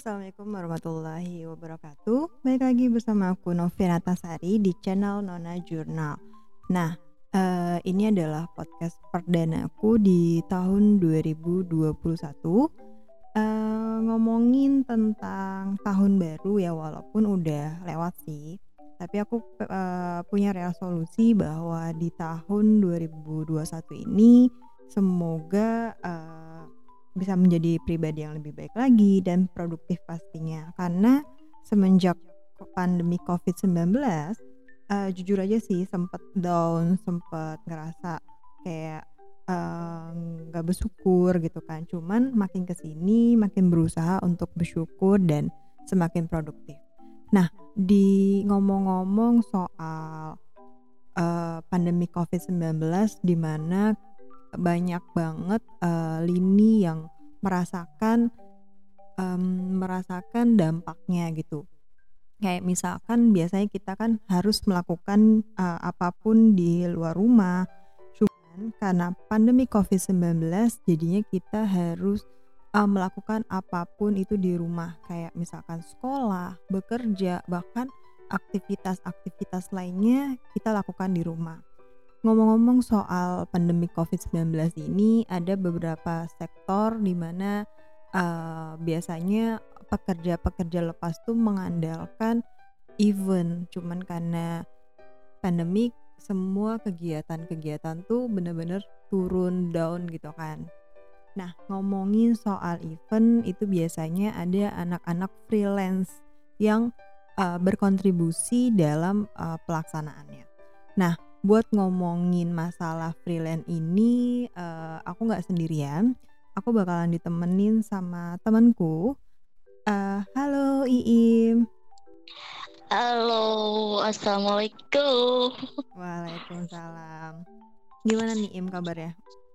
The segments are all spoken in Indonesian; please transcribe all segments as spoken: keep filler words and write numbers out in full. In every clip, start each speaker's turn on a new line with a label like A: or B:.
A: Assalamualaikum warahmatullahi wabarakatuh. Balik lagi bersama aku Novia Natasari di channel Nona Jurnal. Nah, eh, ini adalah podcast perdana aku di tahun dua ribu dua puluh satu. Eh, ngomongin tentang tahun baru ya, walaupun udah lewat sih. Tapi aku eh, punya resolusi bahwa di tahun dua ribu dua puluh satu ini semoga eh, bisa menjadi pribadi yang lebih baik lagi dan produktif pastinya. Karena semenjak pandemi covid sembilan belas, uh, jujur aja sih sempet down, sempet ngerasa kayak uh, nggak bersyukur gitu kan. Cuman makin kesini makin berusaha untuk bersyukur dan semakin produktif. Nah, di ngomong-ngomong soal uh, pandemi covid sembilan belas, di mana banyak banget uh, lini yang merasakan um, merasakan dampaknya gitu. Kayak misalkan biasanya kita kan harus melakukan uh, apapun di luar rumah. Cuman karena pandemi covid sembilan belas jadinya kita harus uh, melakukan apapun itu di rumah. Kayak misalkan sekolah, bekerja, bahkan aktivitas-aktivitas lainnya kita lakukan di rumah. Ngomong-ngomong soal pandemi covid sembilan belas ini, ada beberapa sektor di mana uh, biasanya pekerja-pekerja lepas tuh mengandalkan event. Cuman karena pandemi, semua kegiatan-kegiatan tuh benar-benar turun down gitu kan. Nah, ngomongin soal event, itu biasanya ada anak-anak freelance yang uh, berkontribusi dalam uh, pelaksanaannya. Nah, buat ngomongin masalah freelance ini, uh, aku nggak sendirian. Aku bakalan ditemenin sama temanku. Uh, halo Iim.
B: Halo, assalamualaikum.
A: Waalaikumsalam. Gimana nih Im kabarnya?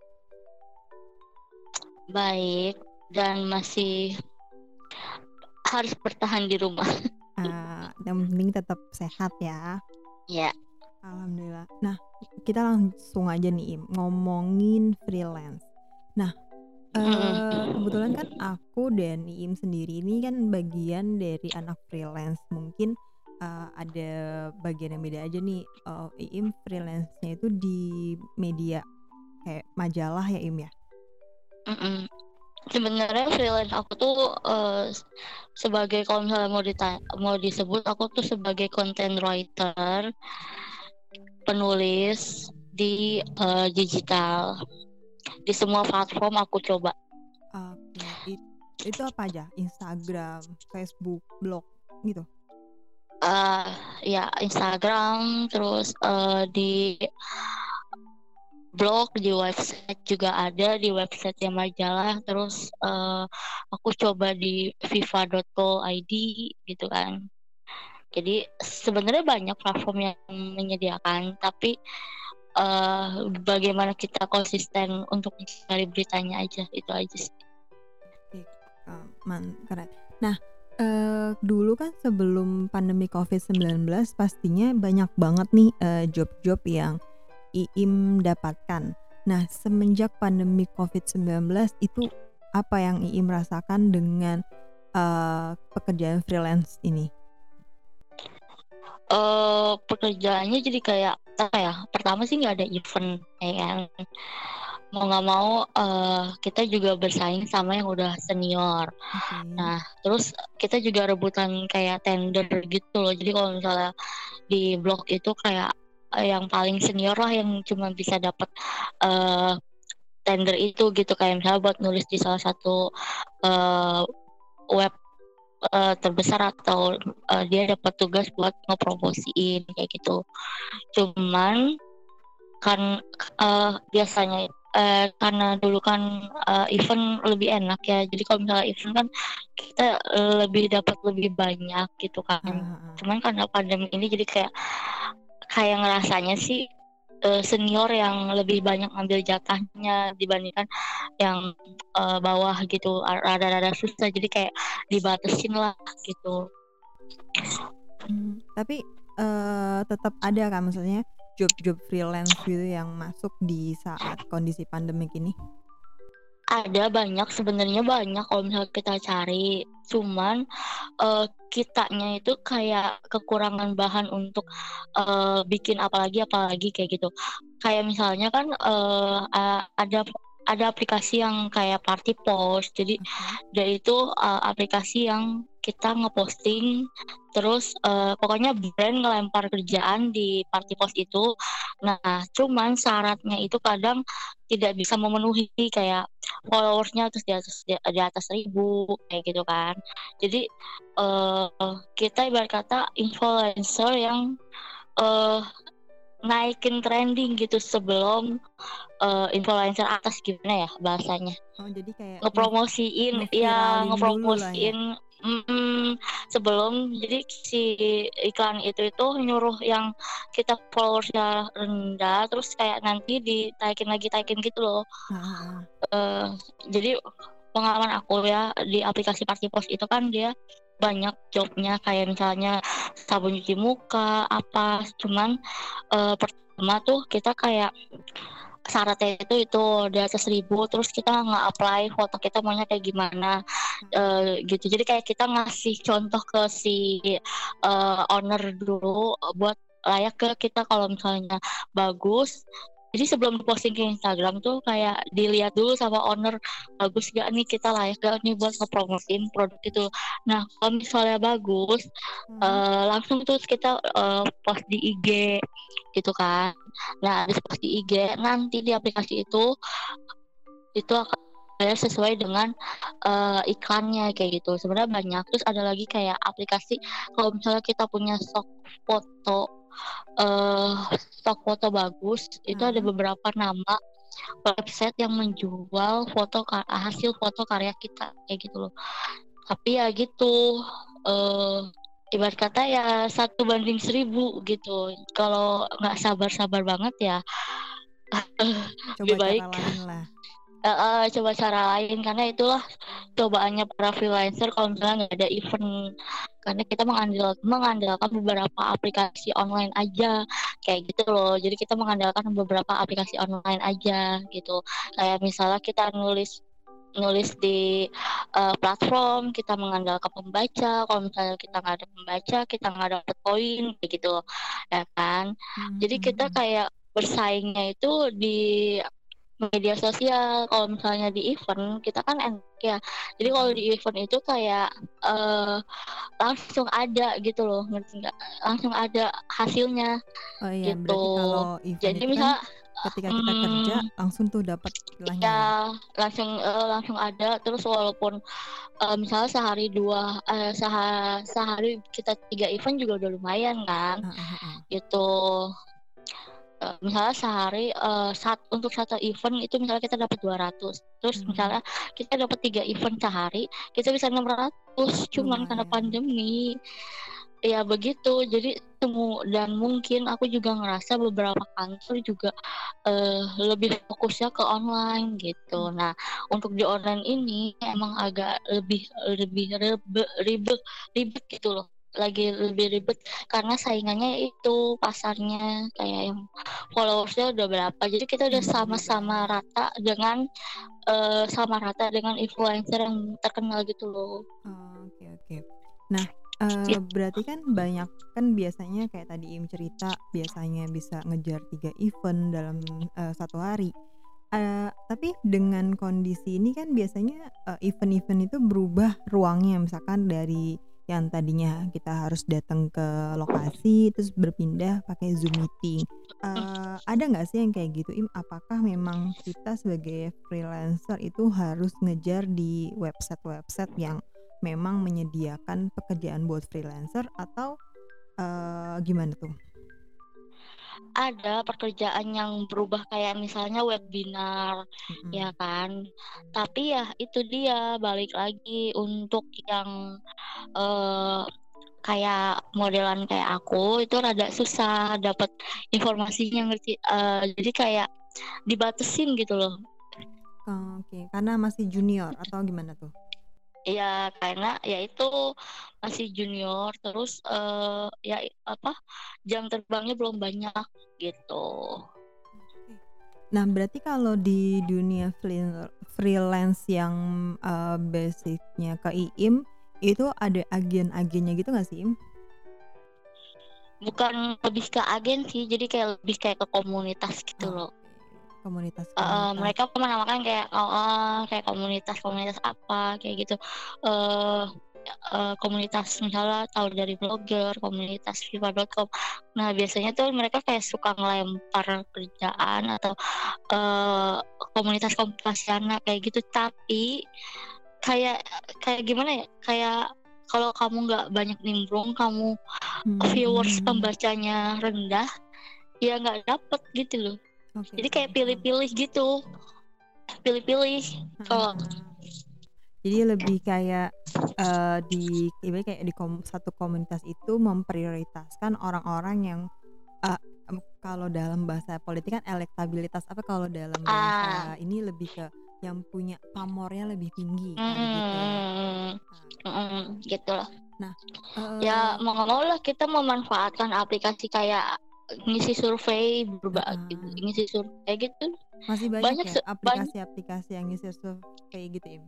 B: Baik, dan masih harus bertahan di rumah.
A: Uh, yang penting tetap sehat ya.
B: Ya.
A: Alhamdulillah. Nah, kita langsung aja nih Im, ngomongin freelance. Nah, uh, kebetulan kan aku dan Im sendiri ini kan bagian dari anak freelance. Mungkin uh, ada bagian yang beda aja nih. uh, Im freelance-nya itu di media kayak majalah ya Im ya?
B: Mm-mm. Sebenarnya freelance aku tuh uh, sebagai, kalau misalnya mau, dita- mau disebut, aku tuh sebagai content writer, penulis di uh, digital, di semua platform aku coba.
A: Oke, okay. It, itu apa aja? Instagram, Facebook, blog gitu?
B: Uh, ya Instagram, terus uh, di blog, di website juga ada, di website yang majalah, terus uh, aku coba di viva dot co dot id gitu kan. Jadi sebenarnya banyak platform yang menyediakan, tapi uh, bagaimana kita konsisten untuk mencari beritanya aja, itu aja sih.
A: Oke, uh, man, keren. Nah, uh, dulu kan sebelum pandemi covid sembilan belas pastinya banyak banget nih uh, job-job yang Iim dapatkan. Nah, semenjak pandemi covid sembilan belas itu apa yang Iim rasakan dengan uh, pekerjaan freelance ini?
B: Uh, pekerjaannya jadi kayak apa ya? Pertama sih nggak ada event, ya kan. Mau nggak mau uh, kita juga bersaing sama yang udah senior.
A: Okay.
B: Nah, terus kita juga rebutan kayak tender gitu loh. Jadi kalau misalnya di blog itu kayak yang paling senior lah yang cuma bisa dapat uh, tender itu gitu, kayak misalnya buat nulis di salah satu uh, web uh, terbesar, atau uh, dia dapat tugas buat ngepromosiin kayak gitu. Cuman kan uh, biasanya uh, karena dulu kan uh, event lebih enak ya, jadi kalau misalnya event kan kita uh, lebih dapat lebih banyak gitu kan. Uh-huh. Cuman karena pandemi ini jadi kayak kayak ngerasanya sih uh, senior yang lebih banyak ngambil jatahnya dibandingkan yang uh, bawah gitu, rada-rada susah, jadi kayak dibatasin lah gitu.
A: Hmm, tapi uh, tetap ada kan maksudnya job-job freelance gitu yang masuk di saat kondisi pandemik ini?
B: Ada banyak, sebenarnya banyak kalau misalnya kita cari. Cuman, eee, kitanya itu kayak kekurangan bahan untuk, eee, bikin apalagi apalagi kayak gitu. Kayak misalnya kan, eee, a ada ada aplikasi yang kayak Party Post. Jadi
A: Oke.
B: dia itu, eee, aplikasi yang kita ngeposting terus, eee, pokoknya brand ngelempar kerjaan di Party Post itu. Nah, cuman syaratnya itu kadang tidak bisa memenuhi kayak followers-nya terus di atas di di atas seribu kayak gitu kan. Jadi, eee, kita ibarat kata influencer yang, eee, naikin trending gitu sebelum, eee, influencer atas, gimana ya bahasanya,
A: Oh, jadi kayak nge
B: ngepromosiin ya,
A: ngeviralin dulu lah ya?
B: ngepromosiin mhm, sebelum jadi si iklan itu itu nyuruh yang kita followers-nya rendah, terus kayak nanti ditaikin lagi taikin gitu loh.
A: Heeh heeh.
B: Eee, jadi pengalaman aku ya di aplikasi Party Post itu kan dia banyak job-nya kayak misalnya sabun cuci muka, apa, cuman, eee, pertama tuh kita kayak syaratnya itu itu di atas seribu terus kita nge-apply foto kita maunya kayak gimana,
A: Heeh.
B: eee, gitu. Jadi kayak kita ngasih contoh ke si, eee, owner dulu, eee, buat layak ke kita kalau misalnya bagus. Jadi sebelum posting ke Instagram tuh kayak dilihat dulu sama owner, bagus nggak nih, kita layak nggak nih buat ngepromosiin produk itu. Nah, kalau misalnya bagus,
A: Mhm.
B: eee, langsung terus kita, eee, post di I G gitu kan. Nah, habis post di I G, nanti di aplikasi itu, itu akan bayar sesuai dengan, eee, iklannya kayak gitu. Sebenarnya banyak, terus ada lagi kayak aplikasi kalau misalnya kita punya stok foto, eee, stok foto bagus, itu ada
A: Heeh.
B: beberapa nama website yang menjual foto ka hasil foto karya kita, kayak gitu loh. Tapi ya gitu, eee, ibarat kata ya satu banding seribu gitu. Kalau nggak sabar-sabar banget ya, lebih
A: Coba
B: baik
A: cara lain lah.
B: heeh, coba cara lain karena itulah cobaannya para freelancer kalau misalnya nggak ada event. Karena kita mengandal mengandalkan beberapa aplikasi online aja, kayak gitu loh. Jadi kita mengandalkan beberapa aplikasi online aja gitu. Kayak misalnya kita nulis nulis di, eee, platform, kita mengandalkan pembaca, kalau misalnya kita nggak ada pembaca, kita nggak dapet poin, kayak gitu, ya kan.
A: Mhm
B: Jadi
A: mhm
B: kita
A: mhm.
B: kayak bersaingnya itu di media sosial. Kalau misalnya di event, kita kan enak ya. Jadi kalau
A: Heeh.
B: di event itu kayak, eee, langsung ada gitu loh, ngerti nggak? Langsung ada hasilnya,
A: Oh iya, berarti
B: gitu.
A: kalau event
B: Jadi
A: itu kan
B: misal
A: ketika kita kerja
B: mmm,
A: langsung tuh dapat istilahnya ya?
B: iya, langsung heeh, langsung ada. Terus walaupun, eee, misalnya sehari dua eee, seha sehari kita tiga event juga udah lumayan kan,
A: Heeh heeh.
B: gitu. Eee, misalnya sehari, eee, sat untuk satu event itu misalnya kita dapat dua ratus, terus
A: Mhm.
B: misalnya kita dapat tiga event sehari, kita bisa enam ratus, cuman karena
A: Lumayan.
B: pandemi. Ya begitu, jadi temu dan mungkin aku juga ngerasa beberapa kantor juga, eee, lebih fokusnya ke online
A: Mmm.
B: gitu. Nah, untuk di online ini emang agak lebih lebih rebe ribet ribet gitu loh, lagi lebih ribet karena saingannya itu pasarnya kayak yang followers-nya udah berapa, jadi kita udah
A: Yang lebih
B: sama-sama
A: banyak.
B: rata dengan, eee, sama rata dengan influencer yang terkenal gitu loh.
A: Oh, oke oke. Nah, eee,
B: Git
A: berarti kan banyak kan biasanya kayak tadi Im cerita biasanya bisa ngejar tiga event dalam, eee, satu hari. Eee, tapi dengan kondisi ini kan biasanya, eee, event-event itu berubah ruangnya, misalkan dari yang tadinya kita harus datang ke lokasi, terus berpindah pakai Zoom meeting. Eee, ada nggak sih yang kayak gitu, Im? Apakah memang kita sebagai freelancer itu harus ngejar di website-website yang memang menyediakan pekerjaan buat freelancer atau, eee, gimana tuh?
B: Ada pekerjaan yang berubah kayak misalnya webinar, ya
A: Mhm.
B: kan. Tapi ya itu dia, balik lagi untuk yang, eee, kayak modelan kayak aku itu rada susah dapat informasinya, ngerti eee, jadi kayak dibatasin gitu loh.
A: Oke, karena masih junior atau gimana tuh?
B: Iya, karena ya itu masih junior terus, eee, ya i apa, jam terbangnya belum banyak gitu.
A: Oke. Nah, berarti kalau di dunia freel- freelance yang uh, basicnya ke I I M itu ada agen-agennya gitu nggak sih, Im?
B: Bukan lebih ke agen sih, jadi kayak lebih kayak ke komunitas gitu
A: Oh,
B: loh. Eh, eh,
A: komunitas-komunitas.
B: mereka menamakan kayak oh, oh, kayak komunitas-komunitas apa kayak gitu. Eh eh, komunitas misalnya tahu dari blogger, komunitas fifa dot com. Nah biasanya tuh mereka kayak suka ngelempar kerjaan atau eh, komunitas kompasiana kayak gitu. Tapi kayak kayak gimana ya? Kayak kalau kamu nggak banyak nimbrung, kamu viewers
A: Hmm,
B: pembacanya rendah, ya nggak dapet gitu loh.
A: oke,
B: Jadi kayak
A: paham.
B: pilih-pilih gitu, pilih-pilih. Kalau
A: Jadi lebih kayak eh, di ibaratnya kayak di kom- satu komunitas itu memprioritaskan orang-orang yang eh, em, kalau dalam bahasa politik kan elektabilitas, apa kalau dalam
B: ah,
A: bahasa ini lebih ke yang punya pamornya lebih tinggi kali gitu ya.
B: mm,
A: Oke.
B: mm, gitu lah.
A: Nah,
B: Ya
A: eh
B: mau nggak mau lah kita memanfaatkan aplikasi kayak ngisi survei
A: ah,
B: berba gitu,
A: ah.
B: ngisi survei gitu.
A: Masih banyak
B: Banyak
A: ya
B: se- banyak
A: aplikasi-aplikasi yang ngisi survei gitu, Im?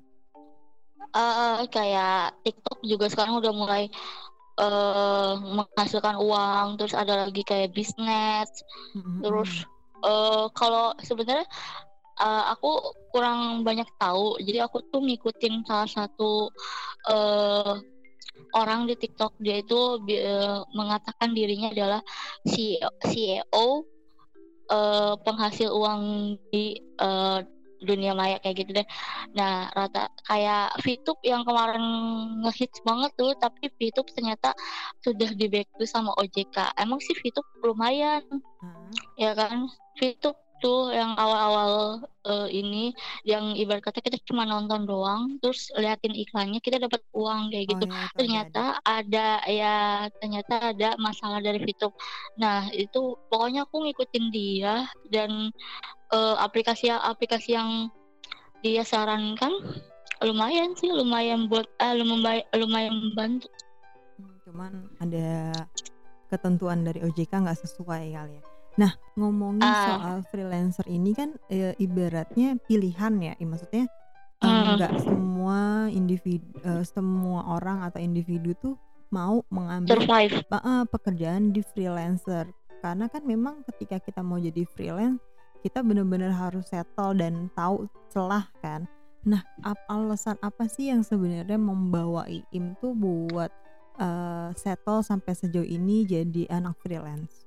B: eh, kayak TikTok juga sekarang udah mulai eh menghasilkan uang, terus ada lagi kayak bisnis, terus
A: Mm-mm.
B: eh kalau sebenarnya eh, aku kurang banyak tahu, jadi aku tuh ngikutin salah satu eh orang di TikTok. Dia itu bi- eh, mengatakan dirinya adalah C E O, C E O eh, penghasil uang di eh, dunia maya kayak gitu deh. Nah, rata kayak VTube yang kemarin ngehits banget tuh, tapi VTube ternyata sudah di backlist sama O J K. Emang sih VTube lumayan,
A: Ah,
B: ya kan? VTube tuh yang awal-awal eh, ini, yang ibarat kata kita cuma nonton doang, terus liatin iklannya kita dapat uang kayak
A: oh
B: gitu.
A: ya, itu ada-ada.
B: Ternyata ada ya, ternyata ada masalah dari VTube. Nah itu pokoknya aku ngikutin dia, dan eh, aplikasi-aplikasi yang dia sarankan lumayan sih, lumayan buat eh, lumayan lumayan membantu.
A: Hmm, cuman ada ketentuan dari O J K nggak sesuai kali ya. Nah, ngomongin
B: Ah,
A: soal freelancer ini kan e, ibaratnya pilihan ya, I- maksudnya e, nggak
B: hmm,
A: semua individu, e, semua orang atau individu tuh mau mengambil
B: survive.
A: pe- e, pekerjaan di freelancer, karena kan memang ketika kita mau jadi freelance kita benar-benar harus settle dan tahu celah kan. Nah, ap- alasan apa sih yang sebenarnya membawa I I M tuh buat eh, settle sampai sejauh ini jadi anak freelance?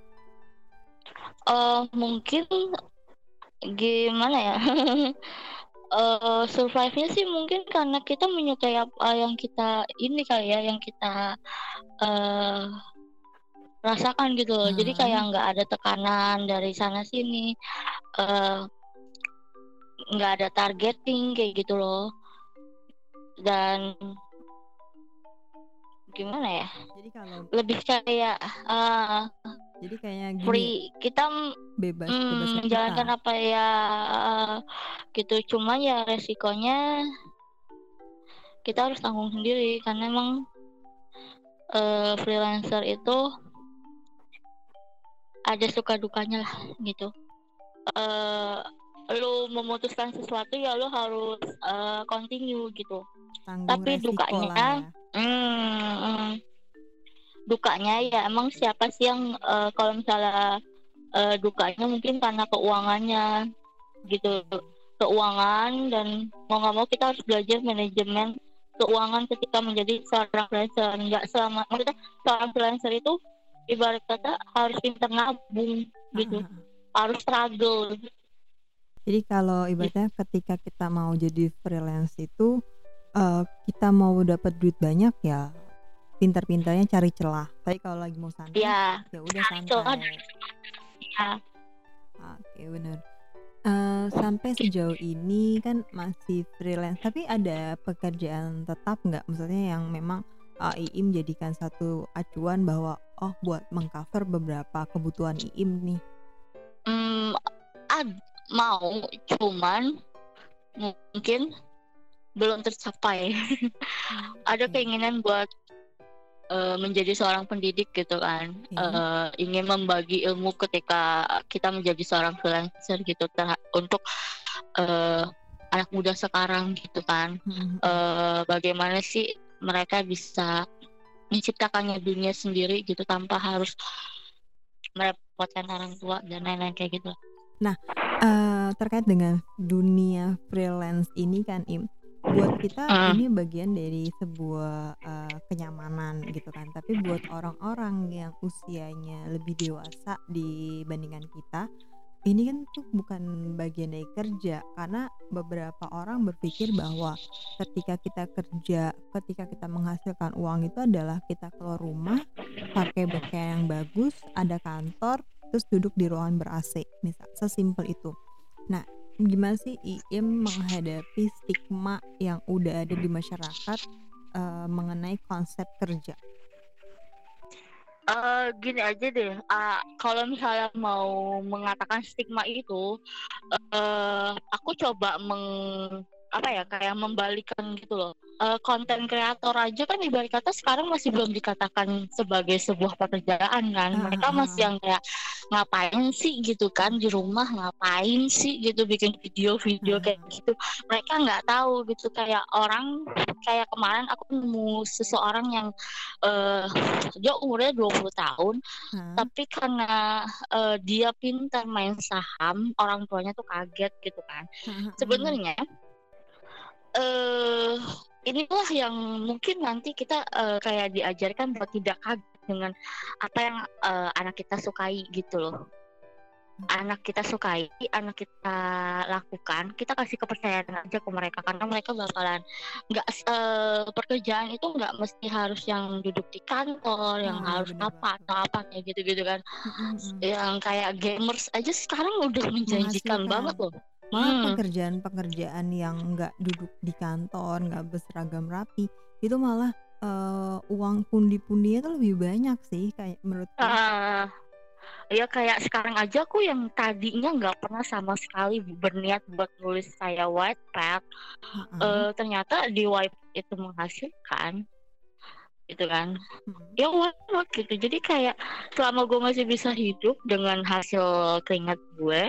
B: Eh mungkin gimana ya? eh survive-nya sih mungkin karena kita menyukai apa yang kita ini kali ya, yang kita eh rasakan gitu loh. Jadi
A: Ah,
B: kayak nggak ada tekanan dari sana sini, eh nggak ada targeting kayak gitu loh. Dan gimana ya?
A: jadi kalau
B: Lebih kayak eh
A: jadi kayaknya gini ya,
B: free kita
A: bebas
B: mm,
A: bebasnya
B: menjalankan
A: kita.
B: apa ya eh, gitu. Cuman ya resikonya kita harus tanggung sendiri, karena emang eh, freelancer itu ada suka dukanya lah gitu. eh lu memutuskan sesuatu ya lu harus eh, continue gitu.
A: Tanggung
B: Tapi
A: resiko lah
B: dukanya,
A: ya.
B: hmm, hmm, dukanya ya emang siapa sih yang eh, kalau misalnya eh, dukanya mungkin karena keuangannya gitu,
A: Hmm.
B: keuangan. Dan mau nggak mau kita harus belajar manajemen keuangan ketika menjadi seorang freelancer. Nggak selama, maksudnya seorang freelancer itu ibarat kata harus pintar nabung
A: Ah,
B: gitu,
A: ah, ah.
B: harus struggle
A: Jadi kalau
B: gitu.
A: ibaratnya ketika kita mau jadi freelance itu eh, kita mau dapat duit banyak ya pintar-pintarnya cari celah. Tapi kalau lagi mau santai
B: Ya
A: ya udah
B: cari celah
A: santai.
B: dari semuanya.
A: Oke, benar. Eh, sampai sejauh ini kan masih freelance, tapi ada pekerjaan tetap nggak? Maksudnya yang memang uh, I I M jadikan satu acuan bahwa oh buat mengcover beberapa kebutuhan I I M nih.
B: Hmm, ad, mau, cuman mungkin belum tercapai.
A: Hmm,
B: Ada
A: oke.
B: keinginan buat uh, menjadi seorang pendidik gitu kan,
A: Oke.
B: uh, ingin membagi ilmu ketika kita menjadi seorang freelancer gitu terha- untuk uh, anak muda sekarang gitu kan,
A: Mhm, mhm.
B: uh, bagaimana sih mereka bisa menciptakannya dunia sendiri gitu tanpa harus merepotkan orang tua dan lain-lain kayak gitu.
A: Nah, eee, terkait dengan dunia freelance ini kan Im, buat kita
B: Uh,
A: ini bagian dari sebuah, eee, kenyamanan gitu kan, tapi buat orang-orang yang usianya lebih dewasa dibandingkan kita, ini kan tuh bukan bagian dari kerja, karena beberapa orang berpikir bahwa ketika kita kerja, ketika kita menghasilkan uang itu adalah kita keluar rumah, pakai pakaian yang bagus, ada kantor, terus duduk di ruangan ber-A C, misal sesimpel itu. Nah, gimana sih Iim menghadapi stigma yang udah ada di masyarakat, eee, mengenai konsep kerja?
B: uh, gini aja deh, uh, kalau misalnya mau mengatakan stigma itu, uh, aku coba meng apa ya kayak membalikan gitu loh. Uh, konten kreator aja kan ibarat kata sekarang masih belum dikatakan sebagai sebuah pekerjaan kan.
A: Heeh,
B: Mereka
A: heeh,
B: masih yang kayak ngapain sih gitu kan di rumah, ngapain sih gitu bikin video-video
A: heeh,
B: kayak gitu. Mereka nggak tahu gitu, kayak orang kayak kemarin aku nemu seseorang yang uh, dia umurnya dua puluh tahun
A: heeh,
B: tapi karena uh, dia pintar main saham, orang tuanya tuh kaget gitu kan.
A: heeh, heeh.
B: Sebenarnya eh inilah yang mungkin nanti kita eh, kayak diajarkan buat tidak kaget dengan apa yang eh, anak kita sukai gitu loh. Anak kita sukai, anak kita lakukan, kita kasih kepercayaan aja ke mereka karena mereka bakalan nggak eh, pekerjaan itu nggak mesti harus yang duduk di kantor, yang
A: Oh, iya
B: harus
A: bener
B: apa
A: banget.
B: atau apa kayak gitu-gitu kan.
A: Mhm, mhm.
B: Yang kayak gamers aja sekarang udah menjanjikan banget
A: Menghasilkan.
B: loh.
A: Malah
B: Hmm.
A: pekerjaan-pekerjaan yang nggak duduk di kantor, nggak berseragam rapi, itu malah, eee, uang pundi-pundinya tuh lebih banyak sih kayak menurutku.
B: Ah, ya kayak sekarang aja aku yang tadinya nggak pernah sama sekali berniat buat nulis kayak Wattpad,
A: Heeh,
B: eh, ternyata di Wattpad itu menghasilkan, gitu kan?
A: mhm.
B: Ya why not gitu. Jadi kayak selama gue masih bisa hidup dengan hasil keringat gue,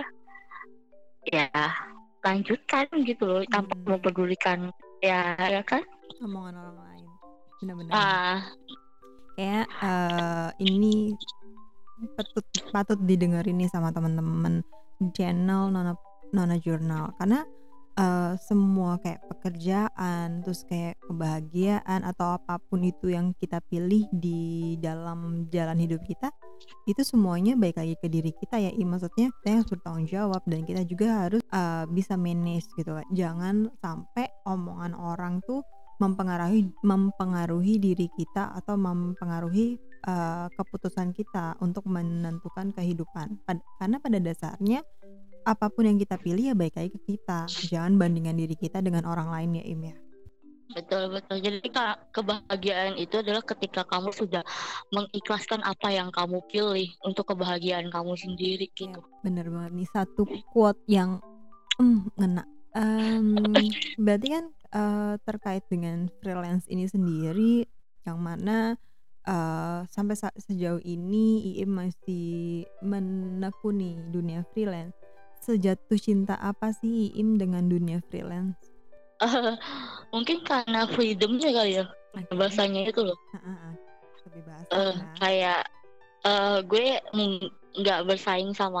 B: ya lanjutkan gitu loh tanpa
A: Bener,
B: mempedulikan ya ya kan?
A: omongan orang lain. Bener, bener, bener.
B: Ah,
A: Kayak, eee, ini patut patut didengerin nih sama teman-teman channel Nona Nona Jurnal karena, eee, semua kayak pekerjaan, terus kayak kebahagiaan atau apapun itu yang kita pilih di dalam jalan hidup kita, itu semuanya baik lagi ke diri kita ya, I maksudnya kita harus bertanggung jawab dan kita juga harus, eee, bisa manage gitu kan. Jangan sampai omongan orang tuh mempengaruhi mempengaruhi diri kita atau mempengaruhi, eee, keputusan kita untuk menentukan kehidupan. Pad karena pada dasarnya apapun yang kita pilih ya baik lagi ke kita, jangan bandingkan diri kita dengan orang lain ya, Im, ya.
B: betul betul. Jadi ka- kebahagiaan itu adalah ketika kamu sudah mengikhlaskan apa yang kamu pilih untuk kebahagiaan kamu sendiri
A: Iya,
B: gitu.
A: bener banget nih satu quote yang, mmm, ngena. Mmm, berarti kan, eee, terkait dengan freelance ini sendiri yang mana, eee, sampai sa sejauh ini Iim masih menekuni dunia freelance. Sejatuh cinta apa sih Iim dengan dunia freelance?
B: Mungkin karena freedomnya kali ya,
A: Oke,
B: bahasanya itu loh.
A: heeh, heeh, kebebasan
B: Eh,
A: ya.
B: kayak eh, gue mung- nggak bersaing sama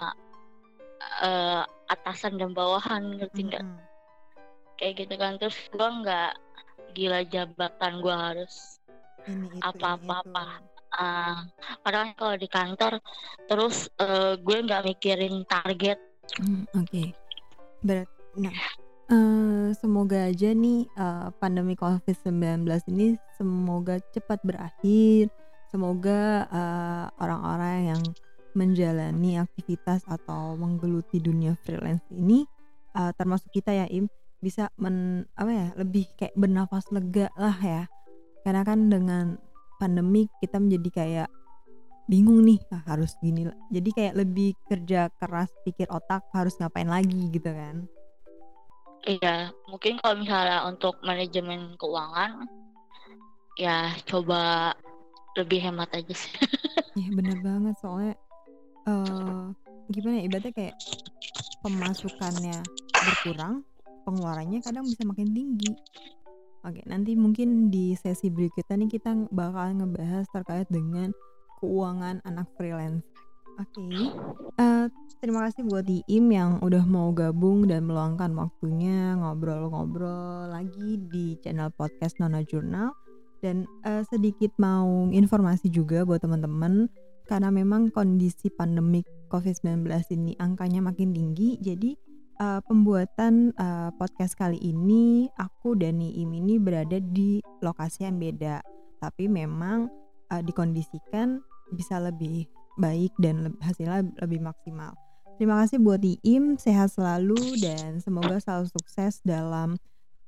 B: eh, atasan dan bawahan, ngerti
A: Mhm,
B: nggak?
A: mhm.
B: Kayak gitu kan. Terus gue nggak gila jabatan, gue harus
A: Ini itu ini itu.
B: apa-apa-apa. Ah, padahal kalau di kantor terus eh, gue nggak mikirin target.
A: Mmm, oke. Berat nah, eee, semoga aja nih, eee, pandemi covid sembilan belas ini semoga cepat berakhir, semoga, eee, orang-orang yang menjalani aktivitas atau menggeluti dunia freelance ini, eee, termasuk kita ya Im, bisa men apa ya, lebih kayak bernafas lega lah ya. Karena kan dengan pandemi kita menjadi kayak bingung nih, ah, harus gini la jadi kayak lebih kerja keras pikir otak harus ngapain lagi gitu kan.
B: Iya, mungkin kalau misalnya untuk manajemen keuangan ya coba lebih hemat aja sih.
A: Ya bener banget, soalnya uh, gimana ya, ibaratnya kayak pemasukannya berkurang, pengeluarannya kadang bisa makin tinggi. Oke, nanti mungkin di sesi berikutnya nih kita bakal ngebahas terkait dengan keuangan anak freelance. Oke, uh, terima kasih buat Iim yang udah mau gabung dan meluangkan waktunya ngobrol-ngobrol lagi di channel podcast Nona Jurnal. Dan uh, sedikit mau informasi juga buat teman-teman, karena memang kondisi pandemik covid sembilan belas ini angkanya makin tinggi, jadi uh, pembuatan uh, podcast kali ini aku dan Iim ini berada di lokasi yang beda, tapi memang uh, dikondisikan bisa lebih baik dan le- hasilnya lebih maksimal. Terima kasih buat Iim, sehat selalu dan semoga selalu sukses dalam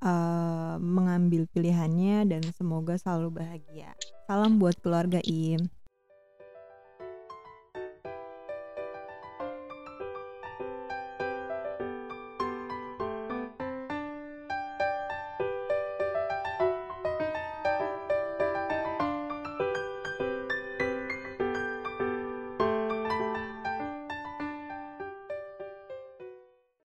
A: uh, mengambil pilihannya dan semoga selalu bahagia. Salam buat keluarga Iim.